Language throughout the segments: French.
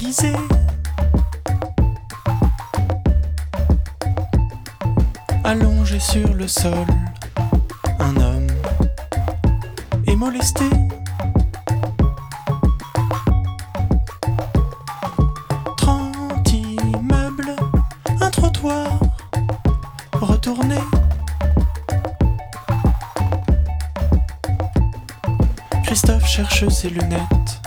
paralysé. Allongé sur le sol, un homme est molesté. 30 immeubles, un trottoir retourné. Christophe cherche ses lunettes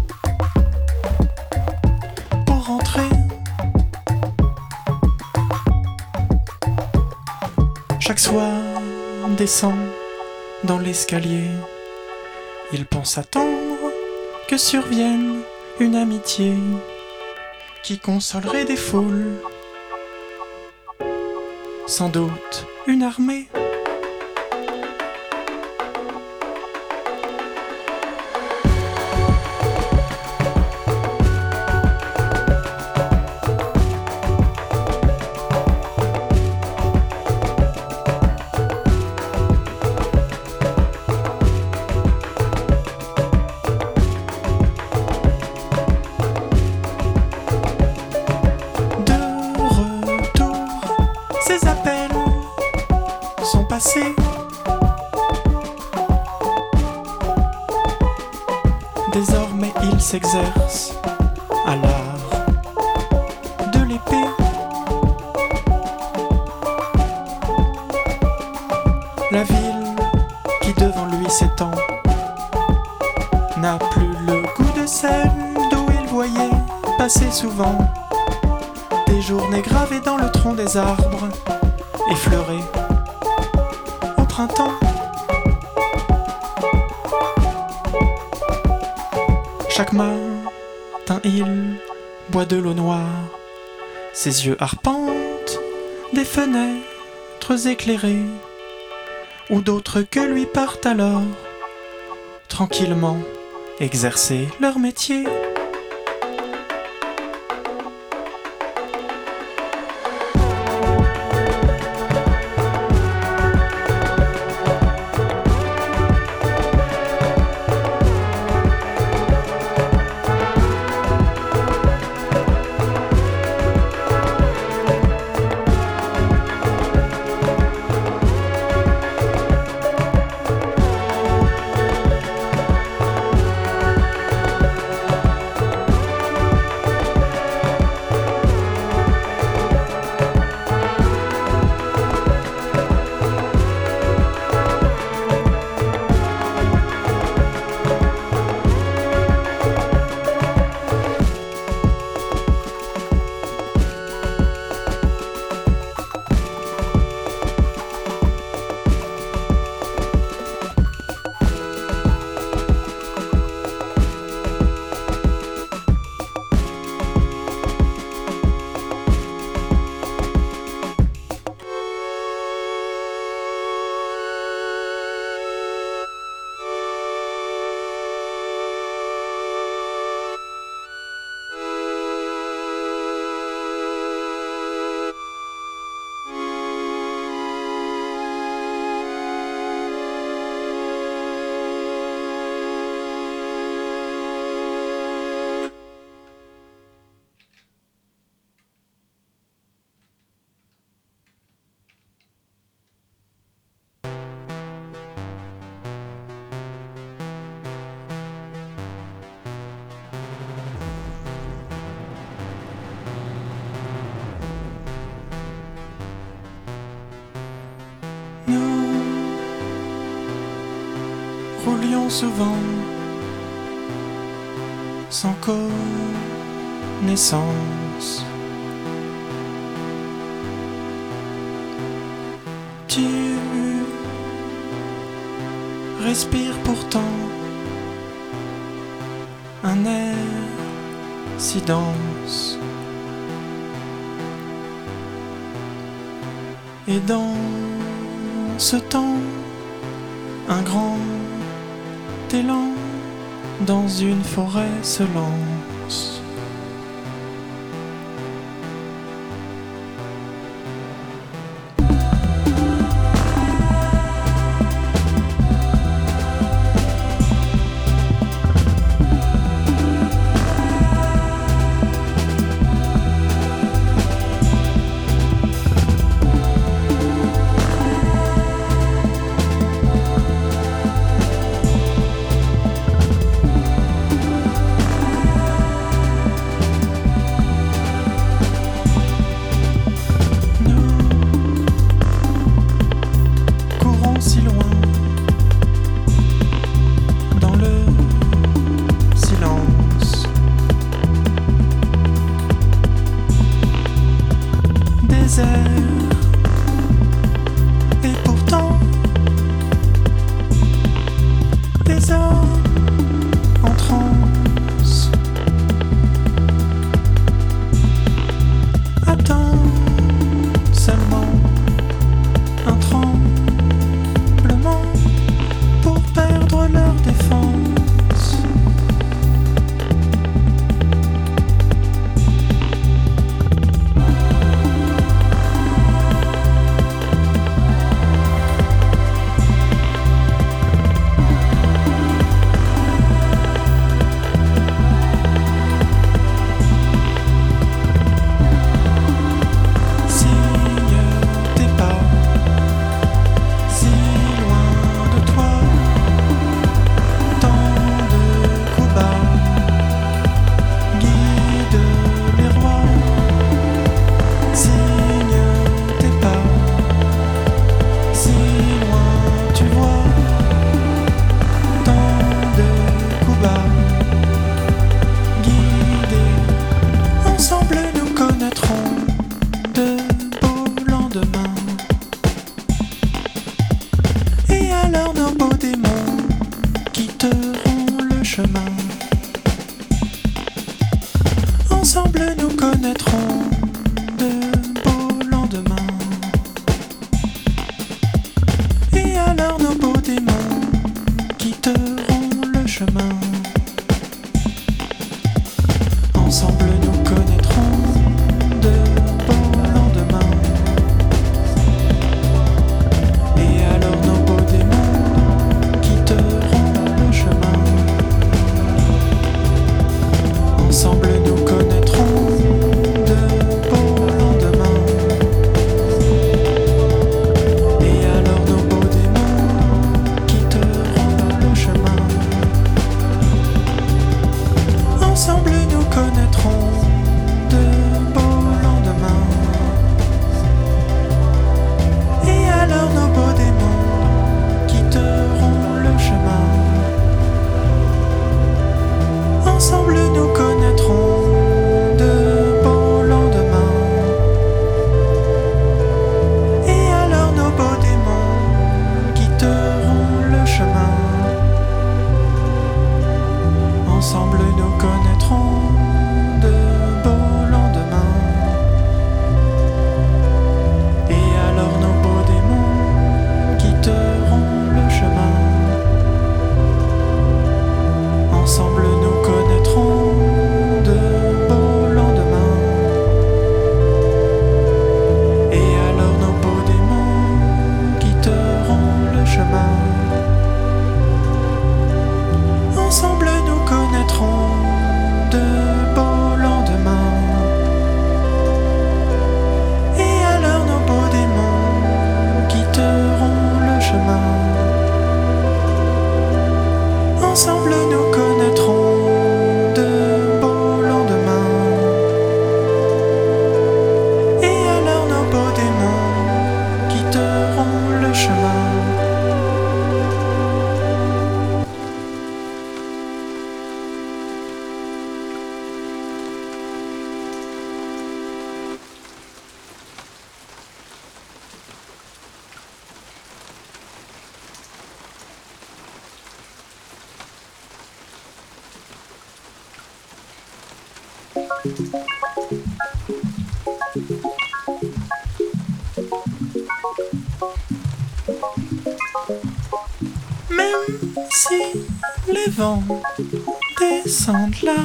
pour rentrer. Chaque soir, descend dans l'escalier. Il pense attendre que survienne une amitié qui consolerait des foules. Sans doute une armée. Désormais il s'exerce à l'art de l'épée. La ville qui devant lui s'étend n'a plus le goût de celle d'où il voyait passer souvent des journées gravées dans le tronc des arbres, effleurées au printemps. Chaque matin il boit de l'eau noire, ses yeux arpentent des fenêtres éclairées, où d'autres que lui partent alors tranquillement exercer leur métier. Roulions souvent sans connaissance. Tu respires pourtant un air si dense, et dans ce temps un grand élan dans une forêt se lance. désert. Et pourtant, des hommes en transe. Attends seulement un tremblement pour perdre leur défense. Ensemble nous connaîtrons de beaux lendemains. Et alors nos beaux démons quitteront le chemin. Ensemble nous connaîtrons de beaux lendemains. Et alors nos beaux démons quitteront le chemin. Ensemble nous connaîtrons de beaux lendemains. Et alors nos beaux démons quitteront le chemin. Ensemble nous connaîtrons de beaux lendemains. Et alors nos beaux démons quitteront le chemin. Ensemble nous connaîtrons de beaux lendemains. Et alors nos beaux démons quitteront le chemin. Ensemble nous connaîtrons de beaux lendemains. Et alors nos beaux démons quitteront le chemin. Ensemble nous connaîtrons de beaux lendemains. Et alors nos beaux démons quitteront le chemin. Ensemble nous connaîtrons de beaux lendemains. Et alors nos beaux démons quitteront le chemin. Ensemble nous connaîtrons de beaux lendemains. Et alors nos beaux démons quitteront le chemin. Même si les vents descendent là,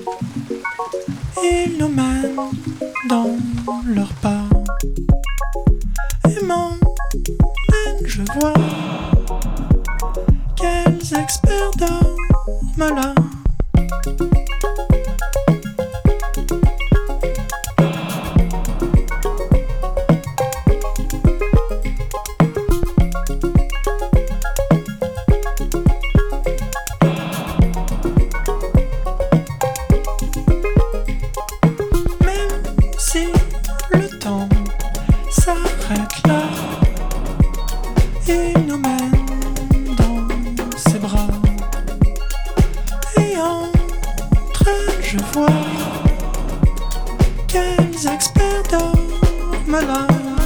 ils nous mènent dans leurs pas. Et m'emmènent, je vois, quels experts dorment là. Si le temps s'arrête là, il nous mène dans ses bras. Et entre elles je vois quels experts dorment me l'a.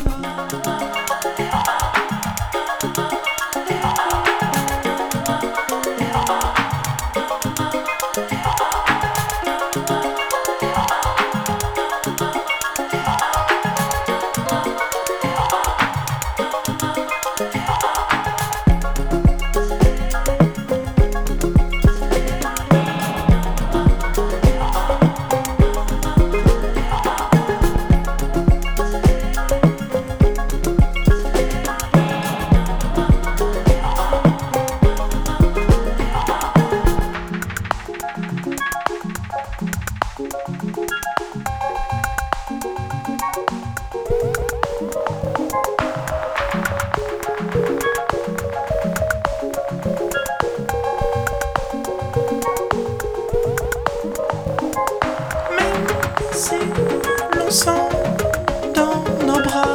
Si l'on sent dans nos bras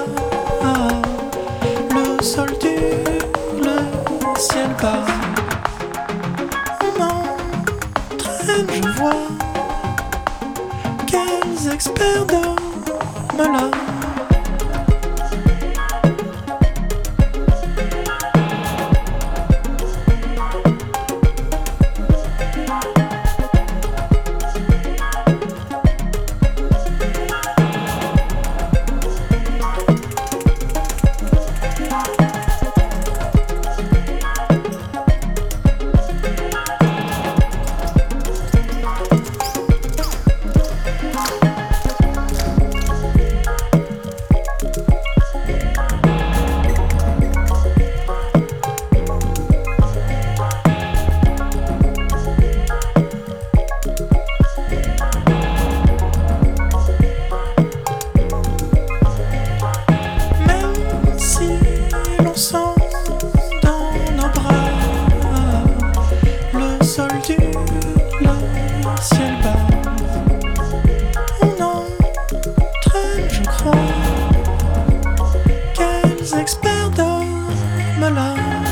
le sol dur, le ciel bas, on entraîne, je vois, quels experts d'hommes là. Experts d'hommes là.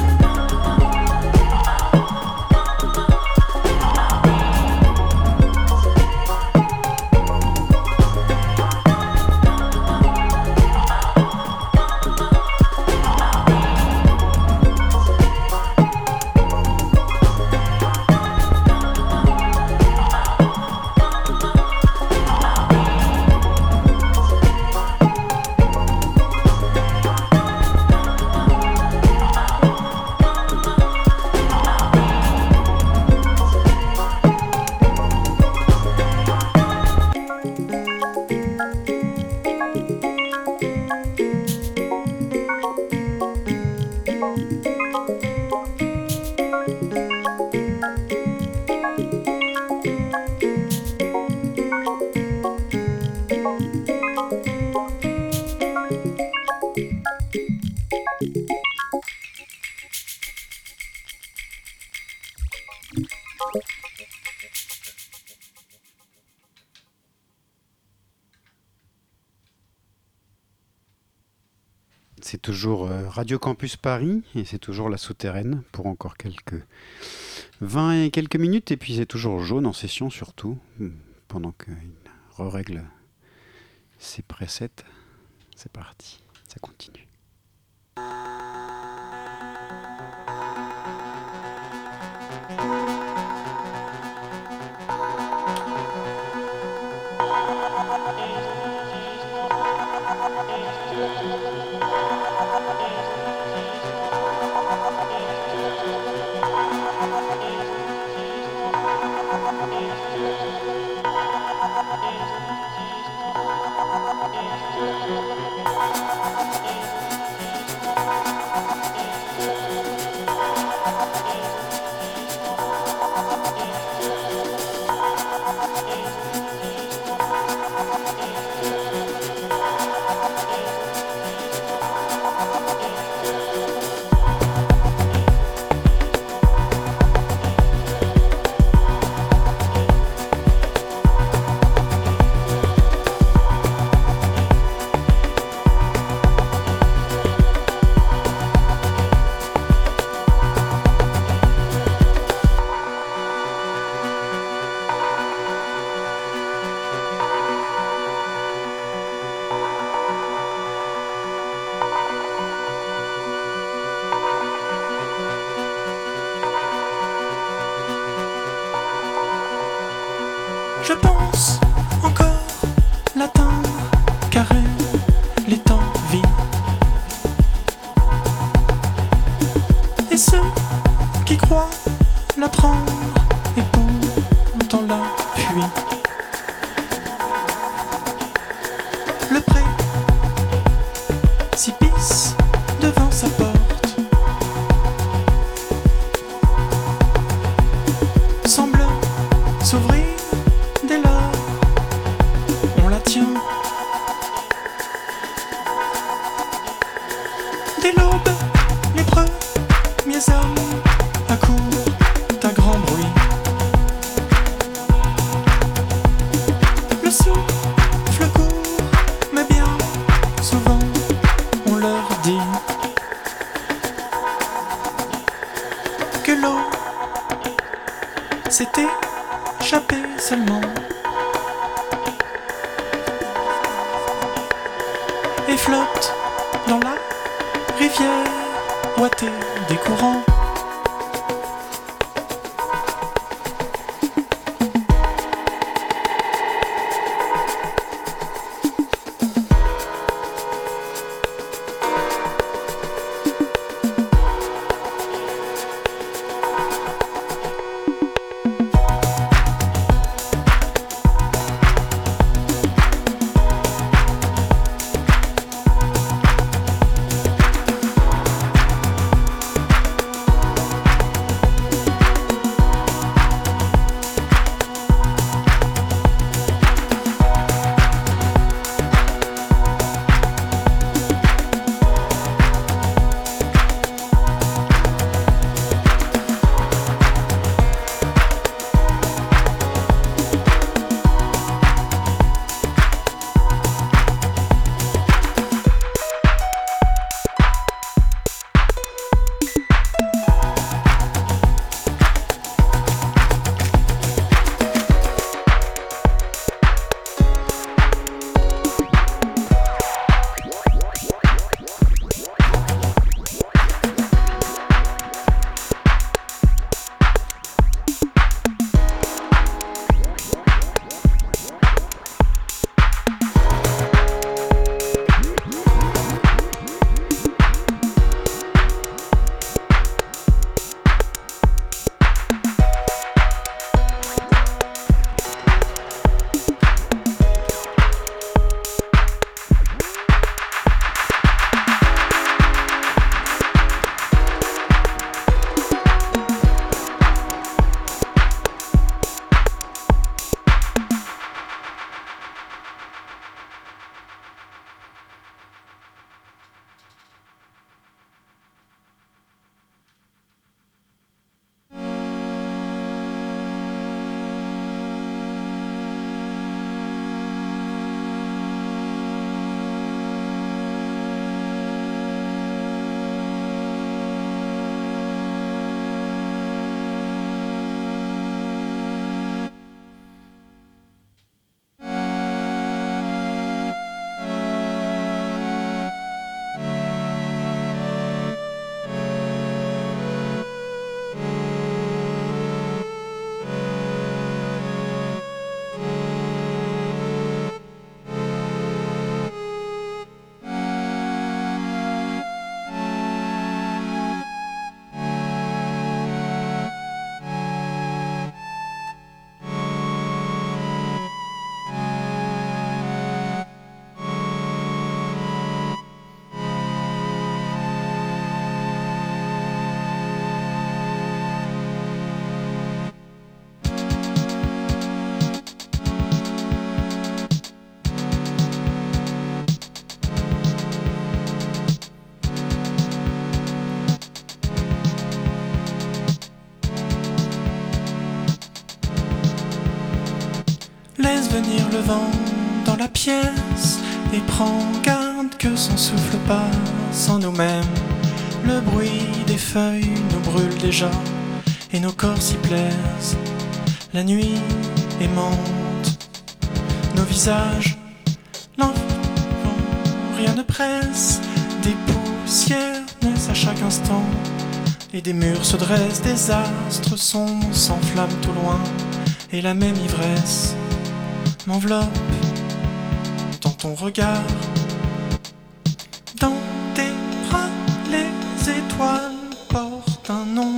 C'est toujours Radio Campus Paris et c'est toujours la souterraine pour encore quelques 20 et quelques minutes. Et puis c'est toujours Jaune en session surtout, pendant qu'il règle ses presets. C'est parti, ça continue. pense encore l'atteindre, car elle est en vie. Et ceux qui croient la prendre et pourtant la fuient. Le précipice devant sa porte semble s'ouvrir dès lors on la tient. Dès l'aube, les premiers hommes accourent à grand bruit. Le souffle court, mais bien souvent on leur dit que l'eau s'est échappée seulement et flotte dans la rivière ouatée des courants. Laisse venir le vent dans la pièce et prends garde que son souffle passe en nous-mêmes. Le bruit des feuilles nous brûle déjà et nos corps s'y plaisent. La nuit aimante, nos visages l'enfant, rien ne presse. Des poussières naissent à chaque instant et des murs se dressent. Des astres sombres s'enflamment au loin et la même ivresse m'enveloppe dans ton regard. Dans tes bras, les étoiles portent un nom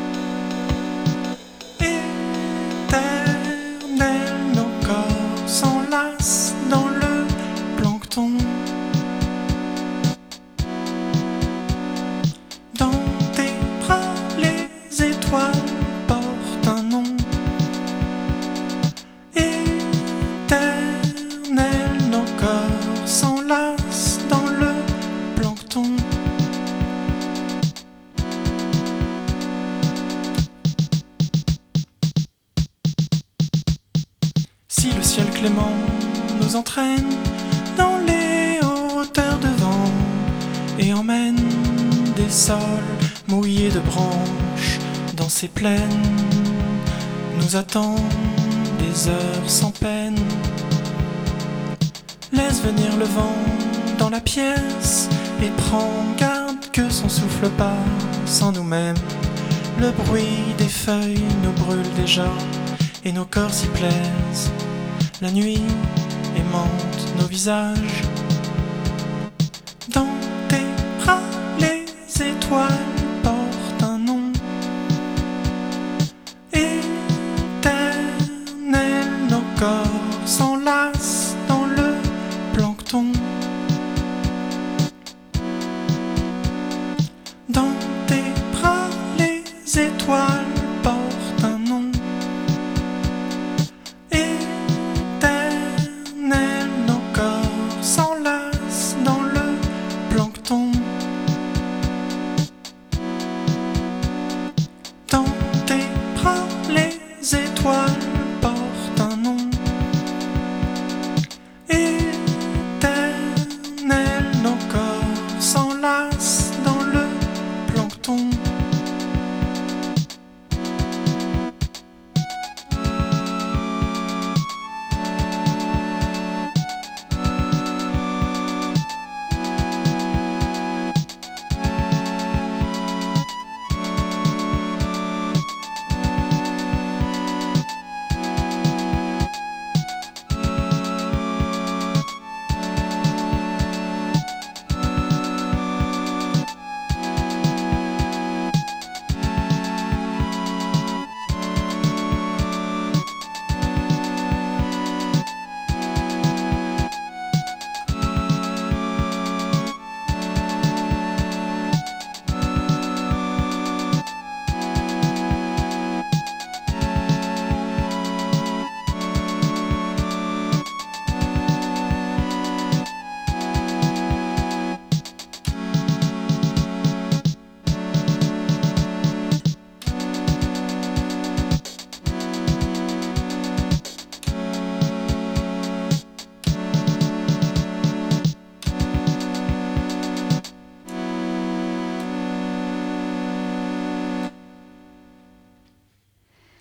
éternel. Nos corps s'enlacent dans le plancton. Dans tes bras, les étoiles portent un nom éternel. Nos corps s'enlacent dans le plancton. Si le ciel clément nous entraîne dans les hauteurs de vent et emmène des sols mouillés de branches dans ces plaines, nous attend des heures sans peine. Laisse venir le vent dans la pièce et prends garde que son souffle passe en nous-mêmes. Le bruit des feuilles nous brûle déjà et nos corps s'y plaisent. La nuit aimante nos visages. Dans tes bras, les étoiles